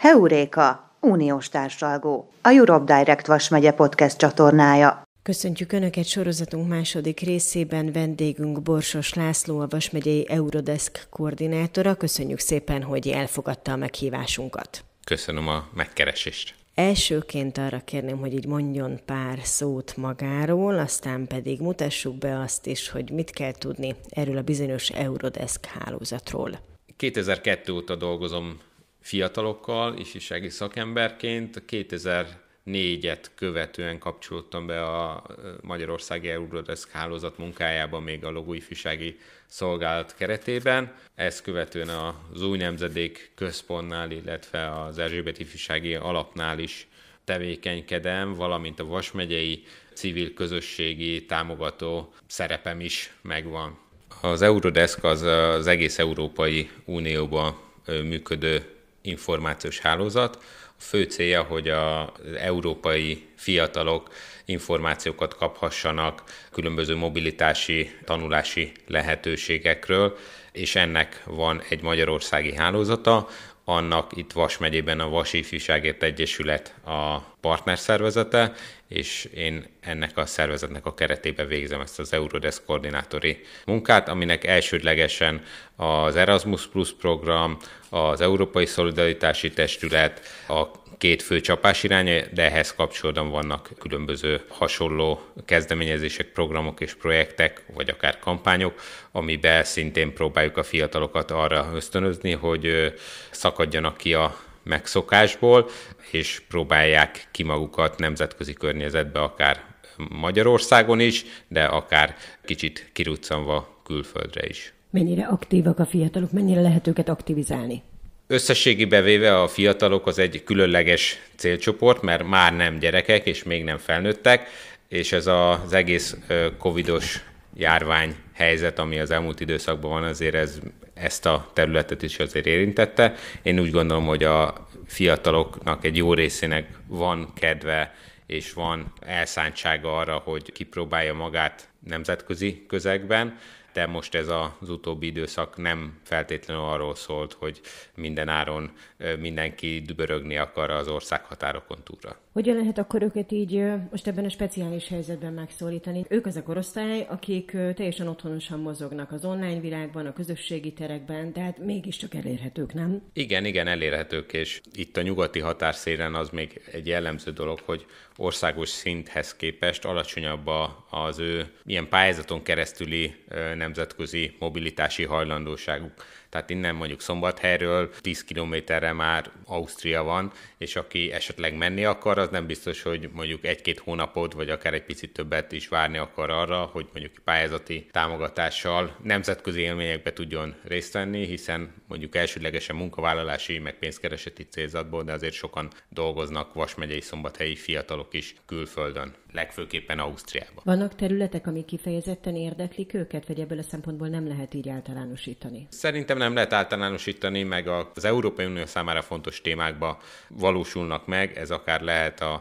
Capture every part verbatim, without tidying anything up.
Heuréka, uniós társalgó, a Europe Direct Vas megye podcast csatornája. Köszöntjük Önöket sorozatunk második részében, vendégünk Borsos László, a Vas megyei Eurodesk koordinátora. Köszönjük szépen, hogy elfogadta a meghívásunkat. Köszönöm a megkeresést. Elsőként arra kérném, hogy így mondjon pár szót magáról, aztán pedig mutassuk be azt is, hogy mit kell tudni erről a bizonyos Eurodesk hálózatról. kétezer-kettő óta dolgozom fiatalokkal, ifjúsági szakemberként. kétezer-négyet követően kapcsolódtam be a Magyarországi Eurodesk hálózat munkájába még a Logó ifjúsági szolgálat keretében. Ezt követően az Új Nemzedék Központnál, illetve az Erzsébet ifjúsági alapnál is tevékenykedem, valamint a Vas megyei civil közösségi támogató szerepem is megvan. Az Eurodesk az az egész Európai Unióban működő információs hálózat. A fő célja, hogy az európai fiatalok információkat kaphassanak különböző mobilitási, tanulási lehetőségekről, és ennek van egy magyarországi hálózata. Annak itt Vas megyében a Vas Ifjúságért Egyesület a partnerszervezete, és én ennek a szervezetnek a keretében végzem ezt az Eurodesk koordinátori munkát, aminek elsődlegesen az Erasmus Plus program, az Európai Szolidaritási Testület, a két fő csapásiránya, de ehhez kapcsolódóan vannak különböző hasonló kezdeményezések, programok és projektek, vagy akár kampányok, amiben szintén próbáljuk a fiatalokat arra ösztönözni, hogy szakadjanak ki a megszokásból, és próbálják ki magukat nemzetközi környezetbe, akár Magyarországon is, de akár kicsit kiruccanva külföldre is. Mennyire aktívak a fiatalok, mennyire lehet őket aktivizálni? Összességében véve a fiatalok az egy különleges célcsoport, mert már nem gyerekek és még nem felnőttek, és ez az egész covidos járvány helyzet, ami az elmúlt időszakban van, azért ez, ezt a területet is azért érintette. Én úgy gondolom, hogy a fiataloknak egy jó részének van kedve és van elszántsága arra, hogy kipróbálja magát nemzetközi közegben, de most ez az utóbbi időszak nem feltétlenül arról szólt, hogy minden áron mindenki dübörögni akar az ország határokon túlra. Hogyan lehet akkor őket így most ebben a speciális helyzetben megszólítani? Ők az a korosztály, akik teljesen otthonosan mozognak az online világban, a közösségi terekben, de hát mégiscsak elérhetők, nem? Igen, igen, elérhetők, és itt a nyugati határszélen az még egy jellemző dolog, hogy országos szinthez képest alacsonyabb az ő ilyen pályázaton keresztüli nemzetközi mobilitási hajlandóságuk. Tehát innen mondjuk Szombathelyről tíz kilométerre már Ausztria van, és aki esetleg menni akar, az nem biztos, hogy mondjuk egy-két hónapot, vagy akár egy picit többet is várni akar arra, hogy mondjuk pályázati támogatással nemzetközi élményekbe tudjon részt venni, hiszen mondjuk elsődlegesen munkavállalási, meg pénzkereseti célzatból, de azért sokan dolgoznak Vas megyei szombathelyi fiatalok is külföldön, legfőképpen Ausztriában. Vannak területek, amik kifejezetten érdeklik őket, vagy ebből a szempontból nem lehet így általánosítani? Szerintem nem lehet általánosítani, meg az Európai Unió számára fontos témákba valósulnak meg, ez akár lehet a,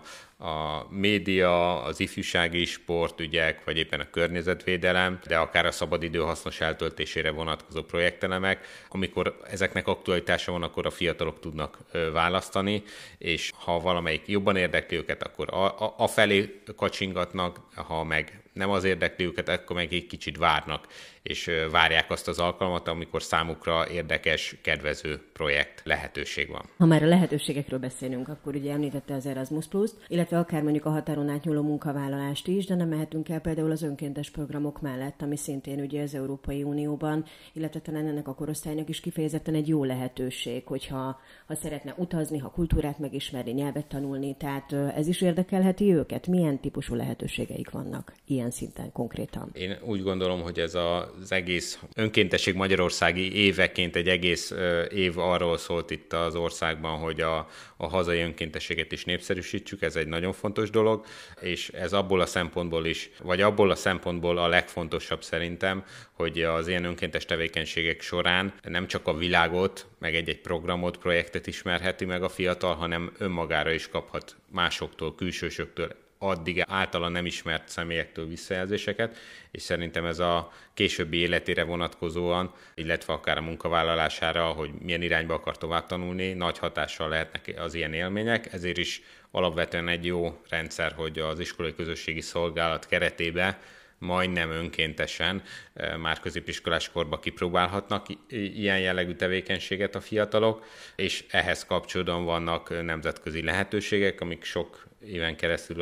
a média, az ifjúsági sportügyek, vagy éppen a környezetvédelem, de akár a szabadidő hasznos eltöltésére vonatkozó projektelemek. Amikor ezeknek aktualitása van, akkor a fiatalok tudnak választani, és ha valamelyik jobban érdekli őket, akkor a, a, a felé kacsingatnak, ha meg nem az érdekli őket, akkor meg egy kicsit várnak, és várják azt az alkalmat, amikor számukra érdekes, kedvező projekt lehetőség van. Ha már a lehetőségekről beszélünk, akkor ugye említette az Erasmus Plus-t, illetve akár mondjuk a határon átnyúló munkavállalást is, de nem mehetünk el például az önkéntes programok mellett, ami szintén ugye az Európai Unióban, illetve talán ennek a korosztálynak is kifejezetten egy jó lehetőség, hogyha ha szeretne utazni, ha kultúrát megismerni, nyelvet tanulni, tehát ez is érdekelheti őket? Milyen típusú lehetőségeik vannak ilyen szinten konkrétan? Én úgy gondolom, hogy ez az egész önkéntesség magyarországi éveként egy egész év arról szólt itt az országban, hogy a, a hazai önkéntességet is népszerűsítsük, ez egy nagyon fontos dolog, és ez abból a szempontból is, vagy abból a szempontból a legfontosabb szerintem, hogy az ilyen önkéntes tevékenységek során nem csak a világot, meg egy-egy programot, projektet ismerheti meg a fiatal, hanem önmagára is kaphat másoktól, külsősöktől addig általa nem ismert személyektől visszajelzéseket, és szerintem ez a későbbi életére vonatkozóan, illetve akár a munkavállalására, hogy milyen irányba akar tovább tanulni, nagy hatással lehetnek az ilyen élmények, ezért is alapvetően egy jó rendszer, hogy az iskolai közösségi szolgálat keretében majdnem önkéntesen már középiskolás korba kipróbálhatnak ilyen jellegű tevékenységet a fiatalok, és ehhez kapcsolódóan vannak nemzetközi lehetőségek, amik sok éven keresztül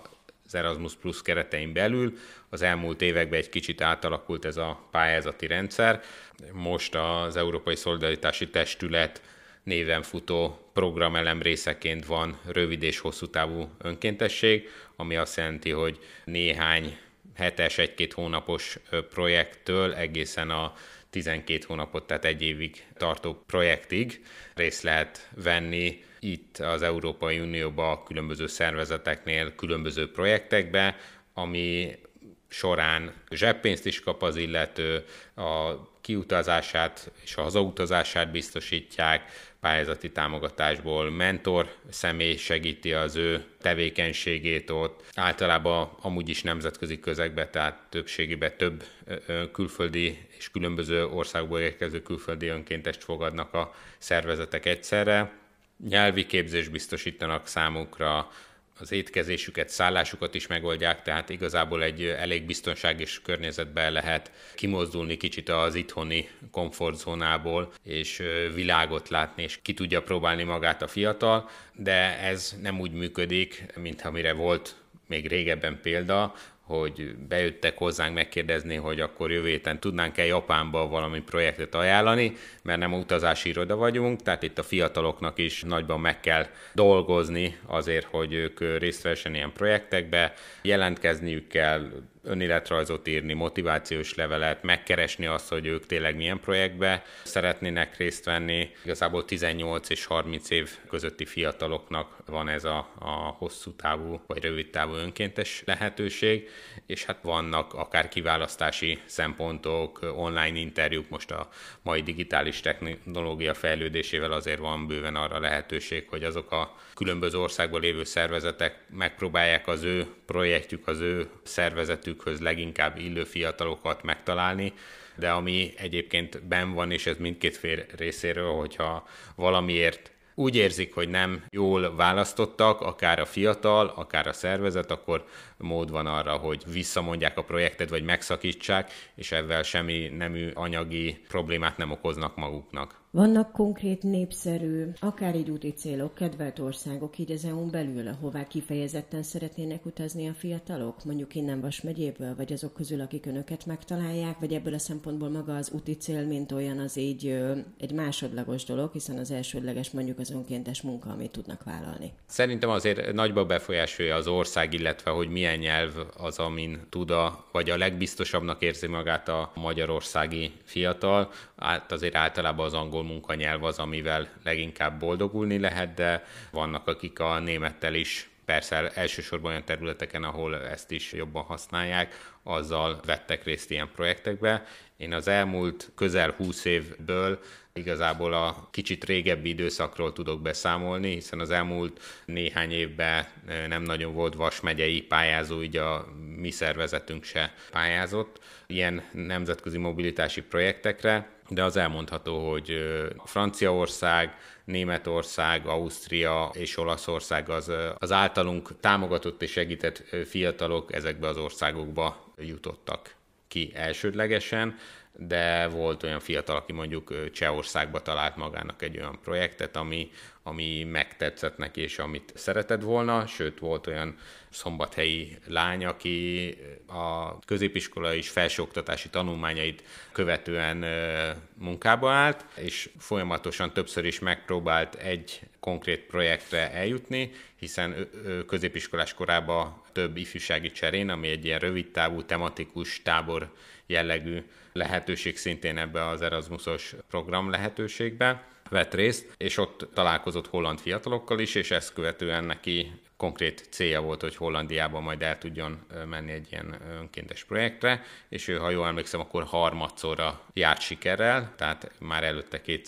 az Erasmus Plus keretein belül. Az elmúlt években egy kicsit átalakult ez a pályázati rendszer. Most az Európai Szolidaritási Testület néven futó programelem részeként van rövid és hosszú távú önkéntesség, ami azt jelenti, hogy néhány hetes, egy-két hónapos projekttől egészen a tizenkét hónapot, tehát egy évig tartó projektig részt lehet venni itt az Európai Unióban különböző szervezeteknél, különböző projektekbe, ami során zseppénzt is kap az illető, a kiutazását és a hazautazását biztosítják, pályázati támogatásból mentor személy segíti az ő tevékenységét ott. Általában amúgy is nemzetközi közegben, tehát többségében több külföldi és különböző országból érkező külföldi önkéntest fogadnak a szervezetek egyszerre. Nyelvi képzést biztosítanak számukra, az étkezésüket, szállásukat is megoldják, tehát igazából egy elég biztonságos környezetben lehet kimozdulni kicsit az itthoni komfortzónából, és világot látni, és ki tudja próbálni magát a fiatal, de ez nem úgy működik, mint amire volt még régebben példa, hogy bejöttek hozzánk megkérdezni, hogy akkor jövő héten tudnánk-e Japánba valami projektet ajánlani, mert nem utazási iroda vagyunk, tehát itt a fiataloknak is nagyban meg kell dolgozni azért, hogy ők részt vessenek ilyen projektekbe, jelentkezniük kell, önéletrajzot írni, motivációs levelet, megkeresni azt, hogy ők tényleg milyen projektbe szeretnének részt venni. Igazából tizennyolc és harminc év közötti fiataloknak van ez a, a hosszú távú vagy rövid távú önkéntes lehetőség, és hát vannak akár kiválasztási szempontok, online interjúk, most a mai digitális technológia fejlődésével azért van bőven arra lehetőség, hogy azok a különböző országból lévő szervezetek megpróbálják az ő projektjük, az ő szervezetükhöz leginkább illő fiatalokat megtalálni, de ami egyébként benn van, és ez mindkét fél részéről, hogyha valamiért úgy érzik, hogy nem jól választottak, akár a fiatal, akár a szervezet, akkor mód van arra, hogy visszamondják a projektet, vagy megszakítsák, és ezzel semmi nemű anyagi problémát nem okoznak maguknak. Vannak konkrét népszerű, akár így úti célok, kedvelt országok így az é u-n belül, ahová kifejezetten szeretnének utazni a fiatalok? Mondjuk innen Vas megyéből, vagy azok közül, akik önöket megtalálják, vagy ebből a szempontból maga az úti cél, mint olyan, az így ö, egy másodlagos dolog, hiszen az elsődleges mondjuk az önkéntes munka, amit tudnak vállalni. Szerintem azért nagyban befolyásolja az ország, illetve hogy milyen nyelv az, amin tud a, vagy a legbiztosabbnak érzi magát a magyarországi fiatal. Hát azért általában az angol munkanyelv az, amivel leginkább boldogulni lehet, de vannak, akik a némettel is, persze elsősorban olyan területeken, ahol ezt is jobban használják, azzal vettek részt ilyen projektekbe. Én az elmúlt közel húsz évből igazából a kicsit régebbi időszakról tudok beszámolni, hiszen az elmúlt néhány évben nem nagyon volt Vas megyei pályázó, így a mi szervezetünk se pályázott ilyen nemzetközi mobilitási projektekre, de az elmondható, hogy Franciaország, Németország, Ausztria és Olaszország az, az általunk támogatott és segített fiatalok ezekbe az országokba jutottak ki elsődlegesen, de volt olyan fiatal, aki mondjuk Csehországba talált magának egy olyan projektet, ami, ami megtetszett neki, és amit szeretett volna, sőt volt olyan szombathelyi lány, aki a középiskolai és felsőoktatási tanulmányait követően munkába állt, és folyamatosan többször is megpróbált egy konkrét projektre eljutni, hiszen középiskolás korában több ifjúsági cserén, ami egy ilyen rövidtávú, tematikus tábor jellegű lehetőség szintén ebbe az Erasmusos program lehetőségbe vett részt, és ott találkozott holland fiatalokkal is, és ezt követően neki konkrét célja volt, hogy Hollandiában majd el tudjon menni egy ilyen önkéntes projektre, és ő, ha jól emlékszem, akkor harmadszorra járt sikerrel, tehát már előtte kétszer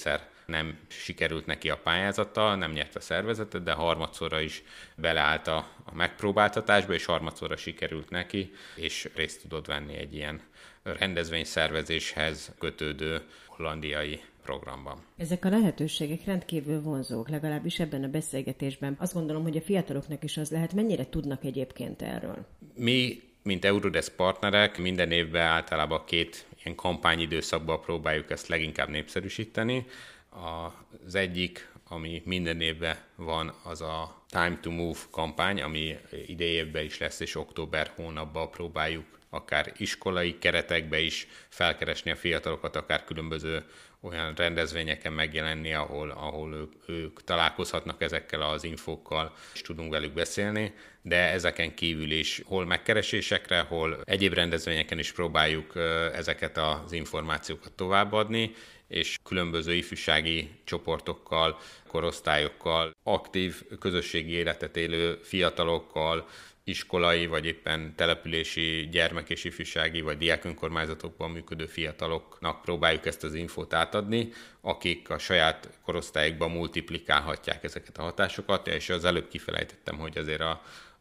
nem sikerült neki a pályázata, nem nyert a szervezetet, de harmadszorra is beleállt a, a megpróbáltatásba, és harmadszorra sikerült neki, és részt tudott venni egy ilyen rendezvényszervezéshez kötődő hollandiai programban. Ezek a lehetőségek rendkívül vonzók, legalábbis ebben a beszélgetésben. Azt gondolom, hogy a fiataloknak is az lehet, mennyire tudnak egyébként erről? Mi, mint Eurodesk partnerek, minden évben általában két ilyen kampányidőszakban próbáljuk ezt leginkább népszerűsíteni. Az egyik, ami minden évben van, az a Time to Move kampány, ami idei évben is lesz, és október hónapban próbáljuk akár iskolai keretekbe is felkeresni a fiatalokat, akár különböző olyan rendezvényeken megjelenni, ahol, ahol ők, ők találkozhatnak ezekkel az infókkal, és tudunk velük beszélni, de ezeken kívül is hol megkeresésekre, hol egyéb rendezvényeken is próbáljuk ezeket az információkat továbbadni, és különböző ifjúsági csoportokkal, korosztályokkal, aktív közösségi életet élő fiatalokkal, iskolai vagy éppen települési gyermek- és ifjúsági vagy diákönkormányzatokban működő fiataloknak próbáljuk ezt az infót átadni, akik a saját korosztályukban multiplikálhatják ezeket a hatásokat, és az előbb kifelejtettem, hogy azért a,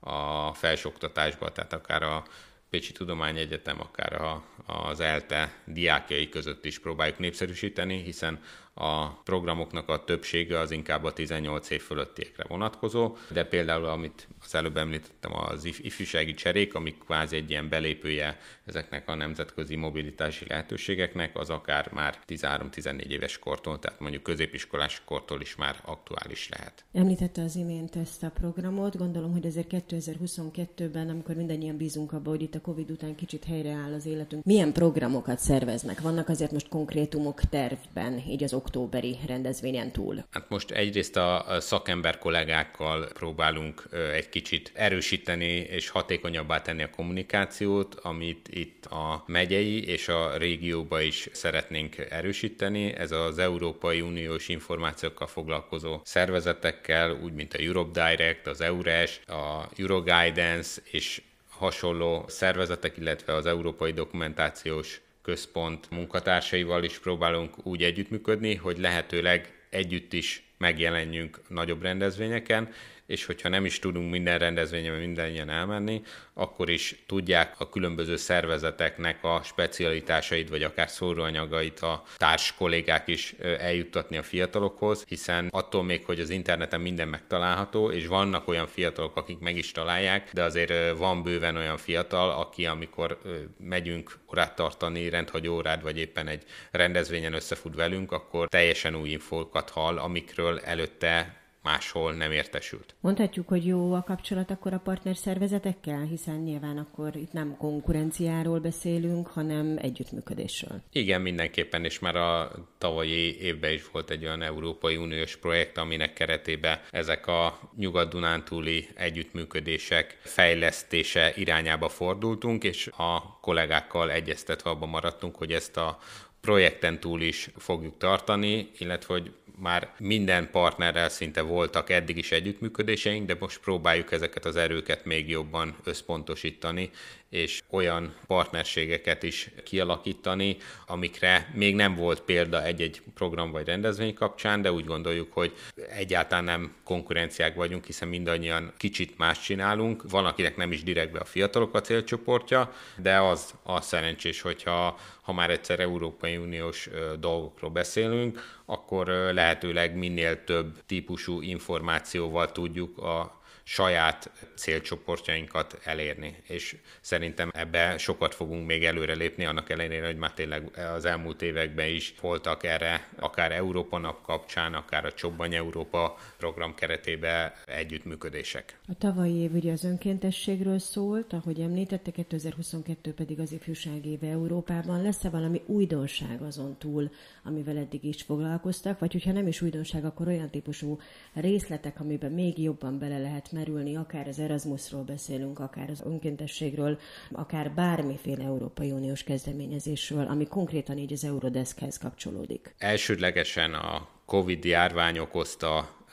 a felsőoktatásban, tehát akár a Pécsi Tudományegyetem, akár a, az ELTE diákjai között is próbáljuk népszerűsíteni, hiszen a programoknak a többsége az inkább a tizennyolc év fölöttiekre vonatkozó, de például, amit az előbb említettem, az ifjúsági cserék, amik kvázi egy ilyen belépője ezeknek a nemzetközi mobilitási lehetőségeknek, az akár már tizenhárom-tizennégy éves kortól, tehát mondjuk középiskolás kortól is már aktuális lehet. Említette az imént ezt a programot, gondolom, hogy azért kétezer-huszonkettőben, amikor mindannyian bízunk abba, hogy itt a Covid után kicsit helyreáll az életünk, milyen programokat szerveznek? Vannak azért most konkrétumok tervben, így az októberi rendezvényen túl? Hát most egyrészt a szakember kollégákkal próbálunk egy kicsit erősíteni és hatékonyabbá tenni a kommunikációt, amit itt a megyei és a régióba is szeretnénk erősíteni. Ez az Európai Uniós információkkal foglalkozó szervezetekkel, úgy mint a Europe Direct, az EURES, a Euroguidance és hasonló szervezetek, illetve az Európai Dokumentációs Központ munkatársaival is próbálunk úgy együttműködni, hogy lehetőleg együtt is megjelenjünk nagyobb rendezvényeken, és hogyha nem is tudunk minden rendezvényen mindannyian elmenni, akkor is tudják a különböző szervezeteknek a specialitásait, vagy akár szóróanyagait a társ kollégák is eljuttatni a fiatalokhoz, hiszen attól még, hogy az interneten minden megtalálható, és vannak olyan fiatalok, akik meg is találják, de azért van bőven olyan fiatal, aki amikor megyünk órát tartani, rendhagyó órát, vagy éppen egy rendezvényen összefut velünk, akkor teljesen új infókat hall, amikről előtte máshol nem értesült. Mondhatjuk, hogy jó a kapcsolat akkor a partnerszervezetekkel, hiszen nyilván akkor itt nem konkurenciáról beszélünk, hanem együttműködésről. Igen, mindenképpen, és már a tavalyi évben is volt egy olyan Európai Uniós projekt, aminek keretében ezek a nyugat-dunántúli együttműködések fejlesztése irányába fordultunk, és a kollégákkal egyeztetve abban maradtunk, hogy ezt a projekten túl is fogjuk tartani, illetve hogy már minden partnerrel szinte voltak eddig is együttműködéseink, de most próbáljuk ezeket az erőket még jobban összpontosítani, és olyan partnerségeket is kialakítani, amikre még nem volt példa egy-egy program vagy rendezvény kapcsán, de úgy gondoljuk, hogy egyáltalán nem konkurenciák vagyunk, hiszen mindannyian kicsit más csinálunk. Van, akinek nem is direktbe a fiatalok a célcsoportja, de az, az szerencsés, hogyha ha már egyszer Európai Uniós dolgokról beszélünk, akkor lehetőleg minél több típusú információval tudjuk a saját célcsoportjainkat elérni, és szerintem ebbe sokat fogunk még előrelépni, annak ellenére, hogy már tényleg az elmúlt években is voltak erre, akár Európa nap kapcsán, akár a Csobbany Európa program keretében együttműködések. A tavalyi év ugye az önkéntességről szólt, ahogy említette, kétezer-huszonkettő pedig az ifjúság éve Európában. Lesz-e valami újdonság azon túl, amivel eddig is foglalkoztak, vagy hogyha nem is újdonság, akkor olyan típusú részletek, amiben még jobban bele lehet merülni, akár az Erasmusról beszélünk, akár az önkéntességről, akár bármiféle Európai Uniós kezdeményezésről, ami konkrétan így az Eurodeskhez kapcsolódik. Elsődlegesen a Covid járvány okozta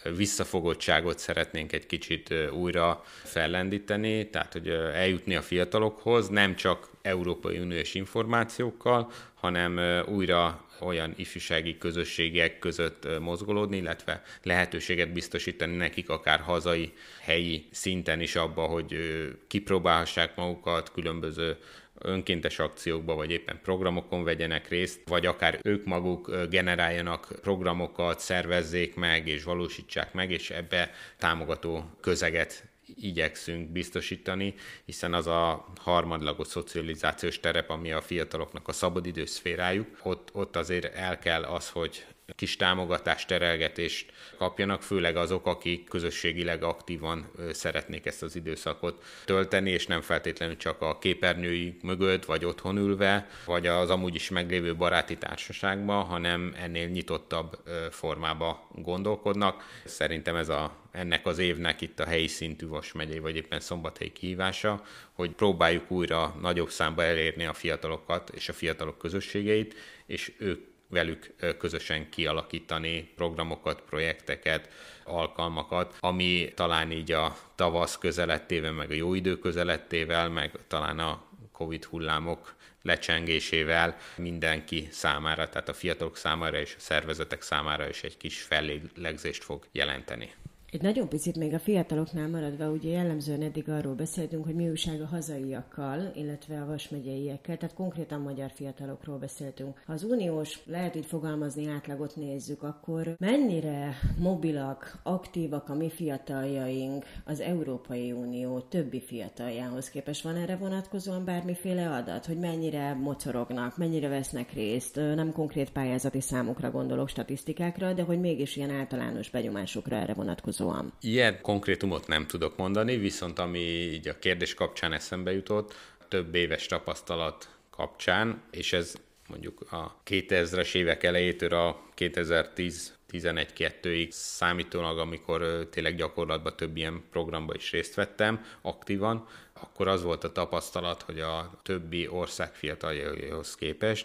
visszafogottságot szeretnénk egy kicsit újra fellendíteni, tehát hogy eljutni a fiatalokhoz, nem csak Európai Uniós információkkal, hanem újra olyan ifjúsági közösségek között mozgolódni, illetve lehetőséget biztosítani nekik akár hazai, helyi szinten is abba, hogy kipróbálhassák magukat, különböző önkéntes akciókba, vagy éppen programokon vegyenek részt, vagy akár ők maguk generáljanak programokat, szervezzék meg és valósítsák meg, és ebbe támogató közeget igyekszünk biztosítani, hiszen az a harmadlagos szocializációs terep, ami a fiataloknak a szabadidős szférájuk, ott, ott azért el kell az, hogy kis támogatást, terelgetést kapjanak, főleg azok, akik közösségileg aktívan szeretnék ezt az időszakot tölteni, és nem feltétlenül csak a képernyőik mögött, vagy otthon ülve, vagy az amúgy is meglévő baráti társaságban, hanem ennél nyitottabb formába gondolkodnak. Szerintem ez a, ennek az évnek itt a helyi szintű Vas megyei, vagy éppen szombathelyi kihívása, hogy próbáljuk újra nagyobb számba elérni a fiatalokat és a fiatalok közösségeit, és ők velük közösen kialakítani programokat, projekteket, alkalmakat, ami talán így a tavasz közelettével, meg a jó idő közelettével, meg talán a Covid hullámok lecsengésével mindenki számára, tehát a fiatalok számára és a szervezetek számára is egy kis fellélegzést fog jelenteni. Egy nagyon picit még a fiataloknál maradva, ugye jellemzően eddig arról beszéltünk, hogy mi újság a hazaiakkal, illetve a Vas megyeiekkel, tehát konkrétan magyar fiatalokról beszéltünk. Ha az uniós, lehet így fogalmazni, átlagot nézzük, akkor mennyire mobilak, aktívak a mi fiataljaink az Európai Unió többi fiataljához képest? Van erre vonatkozóan bármiféle adat, hogy mennyire mocorognak, mennyire vesznek részt? Nem konkrét pályázati számokra gondolok, statisztikákra, de hogy mégis ilyen általános benyomásokra erre vonatkozóan. Ilyen konkrétumot nem tudok mondani, viszont ami így a kérdés kapcsán eszembe jutott, több éves tapasztalat kapcsán, és ez mondjuk a kétezres évek elejétől a kétezer-tíz tizenegy kettőig számítólag, amikor tényleg gyakorlatban több ilyen programba is részt vettem aktívan, akkor az volt a tapasztalat, hogy a többi ország fiataljaihoz képest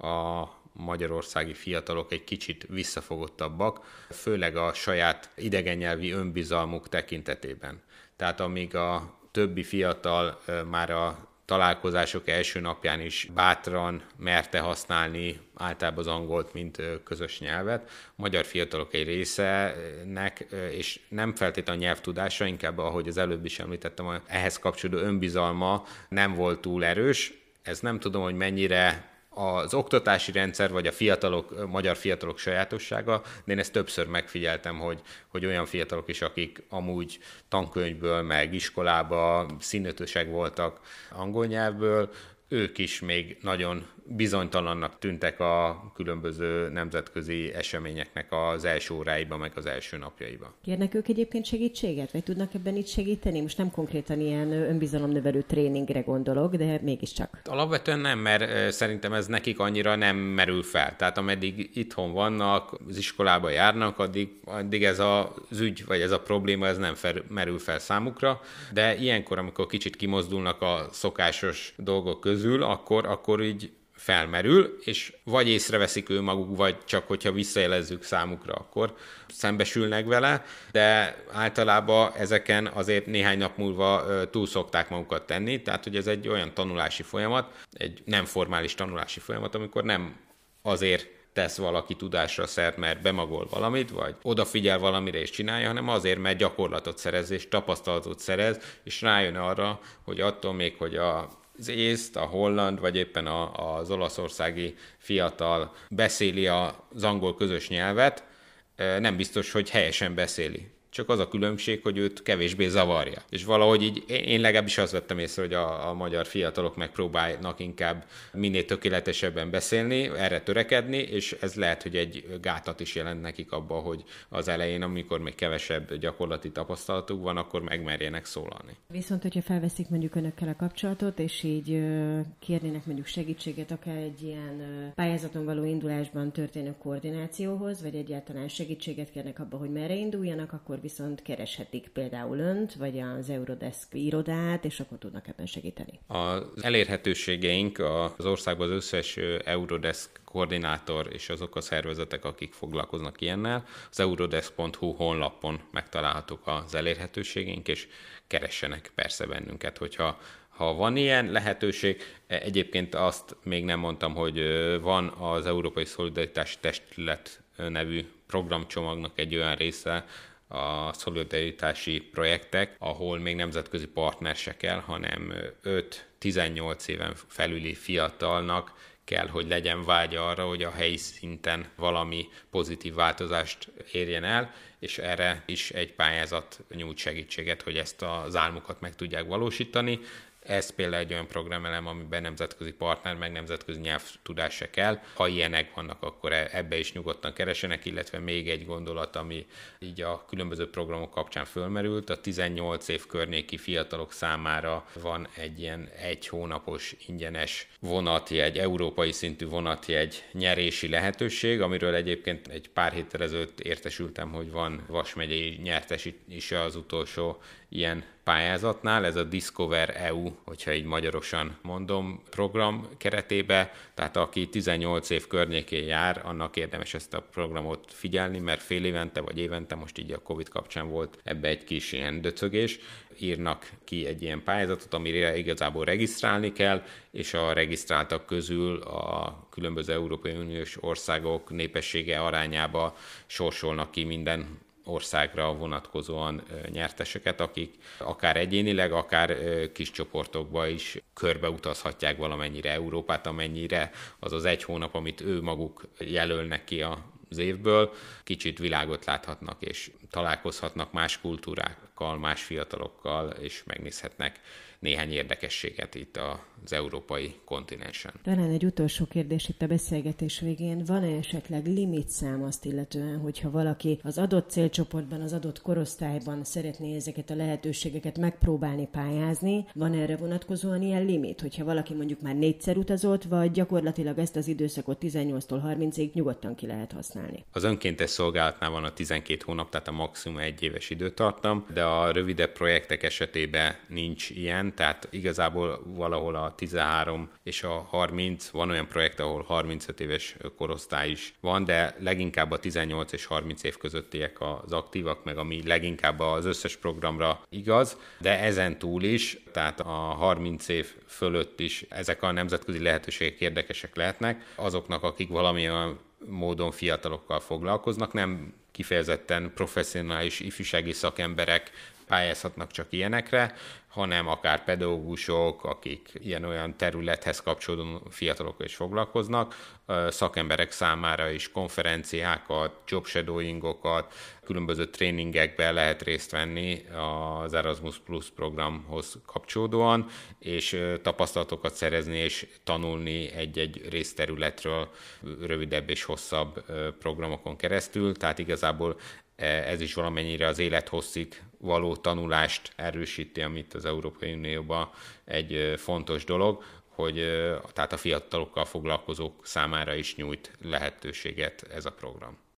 a magyarországi fiatalok egy kicsit visszafogottabbak, főleg a saját idegennyelvi önbizalmuk tekintetében. Tehát amíg a többi fiatal már a találkozások első napján is bátran merte használni általában az angolt, mint közös nyelvet. A magyar fiatalok egy részének, és nem feltétlenül a nyelvtudása, inkább ahogy az előbb is említettem, ehhez kapcsolódó önbizalma nem volt túl erős. Ez nem tudom, hogy mennyire az oktatási rendszer, vagy a fiatalok, magyar fiatalok sajátossága, de én ezt többször megfigyeltem, hogy, hogy olyan fiatalok is, akik amúgy tankönyvből, meg iskolába színötösek voltak angol nyelvből, ők is még nagyon bizonytalannak tűntek a különböző nemzetközi eseményeknek az első óráiba, meg az első napjaiba. Kérnek ők egyébként segítséget, vagy tudnak ebben itt segíteni? Most nem konkrétan ilyen önbizalomnövelő tréningre gondolok, de mégiscsak. Alapvetően nem, mert szerintem ez nekik annyira nem merül fel. Tehát ameddig itthon vannak, az iskolába járnak, addig, addig ez az ügy, vagy ez a probléma, ez nem fel, merül fel számukra, de ilyenkor, amikor kicsit kimozdulnak a szokásos dolgok közül, akkor, akkor így felmerül, és vagy észreveszik ő maguk, vagy csak hogyha visszajelezzük számukra, akkor szembesülnek vele, de általában ezeken azért néhány nap múlva túl szokták magukat tenni, tehát hogy ez egy olyan tanulási folyamat, egy nem formális tanulási folyamat, amikor nem azért tesz valaki tudásra szert, mert bemagol valamit, vagy odafigyel valamire és csinálja, hanem azért, mert gyakorlatot szerez és tapasztalatot szerez, és rájön arra, hogy attól még, hogy a az észt, a holland, vagy éppen a, az olaszországi fiatal beszéli az angol közös nyelvet, nem biztos, hogy helyesen beszéli. Csak az a különbség, hogy őt kevésbé zavarja. És valahogy így én legalábbis azt vettem észre, hogy a, a magyar fiatalok megpróbálnak inkább minél tökéletesebben beszélni, erre törekedni, és ez lehet, hogy egy gátat is jelent nekik abban, hogy az elején, amikor még kevesebb gyakorlati tapasztalatuk van, akkor megmerjenek szólalni. Viszont, hogyha felveszik mondjuk önökkel a kapcsolatot, és így ö, kérnének mondjuk segítséget, akár egy ilyen ö, pályázaton való indulásban történő koordinációhoz, vagy egyáltalán segítséget kérnek abba, hogy merre induljanak, akkor viszont kereshetik például önt, vagy az Eurodesk irodát, és akkor tudnak ebben segíteni. Az elérhetőségeink az országban az összes Eurodesk koordinátor és azok a szervezetek, akik foglalkoznak ilyennel, az eurodesk pont hu honlapon megtalálhatók az elérhetőségeink, és keressenek persze bennünket, hogyha ha van ilyen lehetőség. Egyébként azt még nem mondtam, hogy van az Európai Szolidaritási Testület nevű programcsomagnak egy olyan része, a szolidaritási projektek, ahol még nemzetközi partner se kell, hanem öt-tizennyolc éven felüli fiatalnak kell, hogy legyen vágya arra, hogy a helyi szinten valami pozitív változást érjen el, és erre is egy pályázat nyújt segítséget, hogy ezt az álmukat meg tudják valósítani. Ez például egy olyan programelem, amiben nemzetközi partner, meg nemzetközi nyelvtudás se kell. Ha ilyenek vannak, akkor ebbe is nyugodtan keresenek, illetve még egy gondolat, ami így a különböző programok kapcsán fölmerült. A tizennyolc év környéki fiatalok számára van egy ilyen egy hónapos ingyenes vonatjegy, európai szintű vonatjegy nyerési lehetőség, amiről egyébként egy pár héttel ezelőtt értesültem, hogy van Vas megyei nyertes is az utolsó ilyen pályázatnál, ez a Discover é u, hogyha így magyarosan mondom, program keretébe, tehát aki tizennyolc év környékén jár, annak érdemes ezt a programot figyelni, mert fél évente vagy évente, most így a Covid kapcsán volt ebbe egy kis ilyen döcögés, írnak ki egy ilyen pályázatot, amire igazából regisztrálni kell, és a regisztráltak közül a különböző Európai Uniós országok népessége arányába sorsolnak ki minden országra vonatkozóan nyerteseket, akik akár egyénileg, akár kis csoportokba is körbeutazhatják valamennyire Európát, amennyire az az egy hónap, amit ő maguk jelölnek ki az évből, kicsit világot láthatnak, és találkozhatnak más kultúrákkal, más fiatalokkal, és megnézhetnek néhány érdekességet itt az európai kontinensen. Talán egy utolsó kérdés itt a beszélgetés végén. Van-e esetleg limitszám azt illetően, hogyha valaki az adott célcsoportban, az adott korosztályban szeretné ezeket a lehetőségeket megpróbálni pályázni? Van erre vonatkozóan ilyen limit, hogyha valaki mondjuk már négyszer utazott, vagy gyakorlatilag ezt az időszakot tizennyolctól harmincig nyugodtan ki lehet használni? Az önkéntes szolgálatnál van a tizenkét hónap, tehát a maximum egy éves időtartam, de a rövidebb projektek esetében nincs ilyen, tehát igazából valahol a tizenhárom és a harminc, van olyan projekt, ahol harmincöt éves korosztály is van, de leginkább a tizennyolc és harminc év közöttiek az aktívak, meg ami leginkább az összes programra igaz, de ezen túl is, tehát a harminc év fölött is ezek a nemzetközi lehetőségek érdekesek lehetnek, azoknak, akik valamilyen módon fiatalokkal foglalkoznak, nem kifejezetten professzionális ifjúsági szakemberek pályázhatnak csak ilyenekre, hanem akár pedagógusok, akik ilyen-olyan területhez kapcsolódó fiatalokkal is foglalkoznak, szakemberek számára is konferenciákat, job shadowingokat, különböző tréningekben lehet részt venni az Erasmus Plus programhoz kapcsolódóan, és tapasztalatokat szerezni és tanulni egy-egy részterületről rövidebb és hosszabb programokon keresztül, tehát igazából ez is valamennyire az élethosszig való tanulást erősíti, amit az Európai Unióban egy fontos dolog, hogy tehát a fiatalokkal foglalkozók számára is nyújt lehetőséget ez a program.